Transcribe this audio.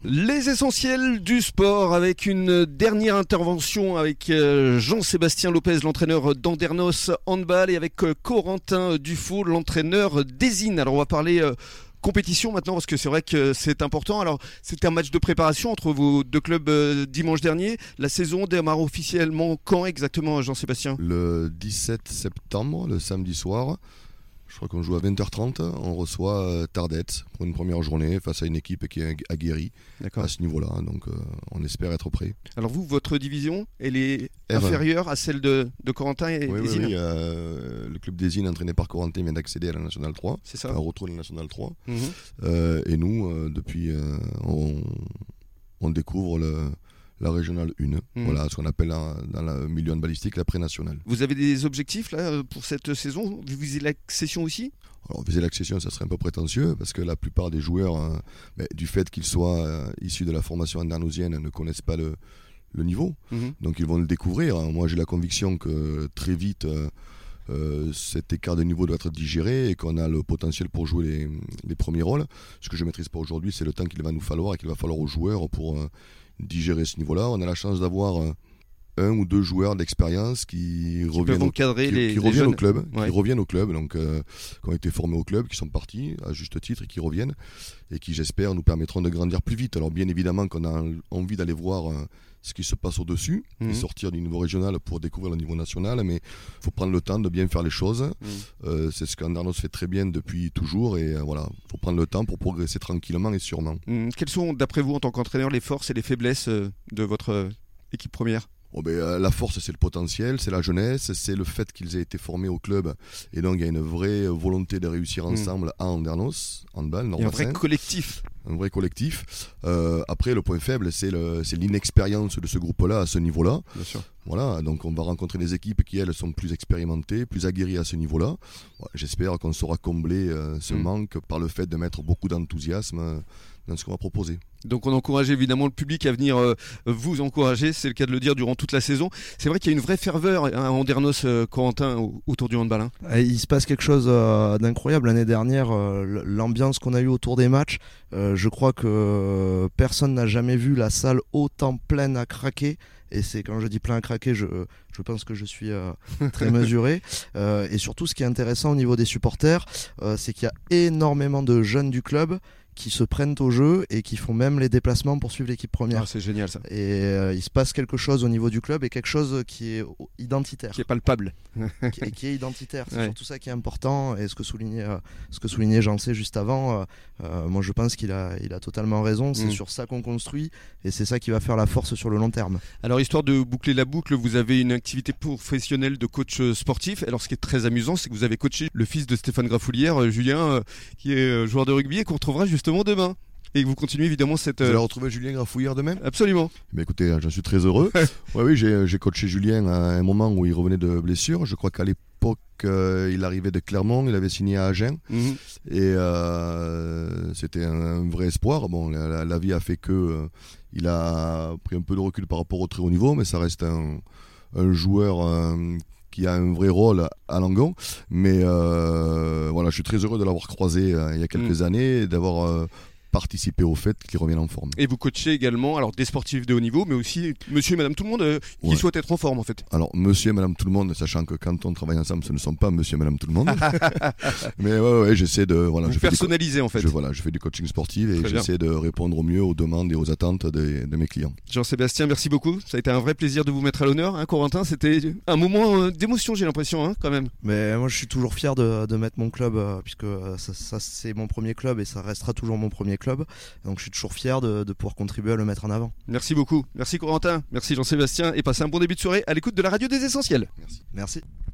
Les essentiels du sport avec une dernière intervention avec Jean-Sébastien Lopez, l'entraîneur d'Andernos Handball, et avec Corentin Dufault, l'entraîneur d'Ezine. Alors on va parler compétition maintenant parce que c'est vrai que c'est important. Alors c'était un match de préparation entre vos deux clubs dimanche dernier. La saison démarre officiellement quand exactement, Jean-Sébastien ? Le 17 septembre, le samedi soir. Je crois qu'on joue à 20h30, on reçoit Tardets pour une première journée face à une équipe qui est aguerrie à ce niveau-là, donc on espère être prêt. Alors vous, votre division, elle est inférieure à celle de Corentin et d'Ezine ? Oui, le club d'Ezine entraîné par Corentin vient d'accéder à la Nationale 3, c'est ça. Un retour de la Nationale 3, et nous, depuis, on découvre la régionale 1, voilà ce qu'on appelle dans le milieu balistique la pré-nationale. Vous avez des objectifs là pour cette saison ? Vous visez l'accession aussi ? Alors viser l'accession, ça serait un peu prétentieux parce que la plupart des joueurs, du fait qu'ils soient issus de la formation andernosienne, ne connaissent pas le niveau, donc ils vont le découvrir. Moi j'ai la conviction que très vite cet écart de niveau doit être digéré et qu'on a le potentiel pour jouer les premiers rôles. Ce que je ne maîtrise pas aujourd'hui, c'est le temps qu'il va nous falloir et qu'il va falloir aux joueurs pour digérer ce niveau-là. On a la chance d'avoir un ou deux joueurs d'expérience qui reviennent au club, qui reviennent au club, donc qui ont été formés au club, qui sont partis à juste titre et qui reviennent et qui, j'espère, nous permettront de grandir plus vite. Alors bien évidemment qu'on a envie d'aller voir ce qui se passe au-dessus et sortir du niveau régional pour découvrir le niveau national, mais il faut prendre le temps de bien faire les choses. C'est ce qu'Andernos fait très bien depuis toujours et voilà, il faut prendre le temps pour progresser tranquillement et sûrement. Quelles sont, d'après vous, en tant qu'entraîneur, les forces et les faiblesses de votre équipe première ? La force, c'est le potentiel, c'est la jeunesse, c'est le fait qu'ils aient été formés au club et donc il y a une vraie volonté de réussir ensemble à Andernos Handball. Il y a un vrai collectif. Après, le point faible, c'est l'inexpérience de ce groupe-là à ce niveau-là. Bien sûr. Voilà, donc on va rencontrer des équipes qui, elles, sont plus expérimentées, plus aguerries à ce niveau-là. J'espère qu'on saura combler ce manque par le fait de mettre beaucoup d'enthousiasme dans ce qu'on va proposer. Donc on encourage évidemment le public à venir vous encourager, c'est le cas de le dire, durant toute la saison. C'est vrai qu'il y a une vraie ferveur à Andernos, Corentin, autour du handball. Il se passe quelque chose d'incroyable. L'année dernière, l'ambiance qu'on a eue autour des matchs, je crois que personne n'a jamais vu la salle autant pleine à craquer. Et c'est quand je dis plein à craquer, je pense que je suis très mesuré. Et surtout, ce qui est intéressant au niveau des supporters, c'est qu'il y a énormément de jeunes du club qui se prennent au jeu et qui font même les déplacements pour suivre l'équipe première. Ah, c'est génial ça. Et il se passe quelque chose au niveau du club et quelque chose qui est identitaire. Qui est palpable. qui est identitaire. C'est surtout ça qui est important. Et ce que soulignait Jean-C juste avant, moi je pense qu'il a totalement raison. C'est sur ça qu'on construit et c'est ça qui va faire la force sur le long terme. Alors histoire de boucler la boucle, vous avez une activité professionnelle de coach sportif. Alors ce qui est très amusant, c'est que vous avez coaché le fils de Stéphane Grafoulière, Julien, qui est joueur de rugby et qu'on retrouvera justement demain. Et que vous continuez évidemment cette... Vous allez retrouver Julien Grafouillère demain ? Absolument. Écoutez, j'en suis très heureux. Oui, j'ai coaché Julien à un moment où il revenait de blessure. Je crois qu'à l'époque, il arrivait de Clermont, il avait signé à Agen. Et c'était un vrai espoir. Bon, la vie a fait que il a pris un peu de recul par rapport au très haut niveau, mais ça reste un joueur... qui a un vrai rôle à Langon, mais voilà, je suis très heureux de l'avoir croisé il y a quelques années et d'avoir participer au fait qu'ils reviennent en forme. Et vous coachez également des sportifs de haut niveau, mais aussi monsieur et madame tout le monde qui souhaitent être en forme en fait. Alors monsieur et madame tout le monde, sachant que quand on travaille ensemble, ce ne sont pas monsieur et madame tout le monde. Mais ouais, j'essaie de... Voilà, vous personnalisez en fait. Je fais du coaching sportif et j'essaie de répondre au mieux aux demandes et aux attentes de mes clients. Jean-Sébastien, merci beaucoup. Ça a été un vrai plaisir de vous mettre à l'honneur. Corentin, c'était un moment d'émotion, j'ai l'impression, quand même. Mais moi je suis toujours fier de mettre mon club, puisque ça c'est mon premier club et ça restera toujours mon premier club. Donc je suis toujours fier de pouvoir contribuer à le mettre en avant. Merci beaucoup. Merci Corentin. Merci Jean-Sébastien. Et passez un bon début de soirée à l'écoute de la radio des Essentiels. Merci.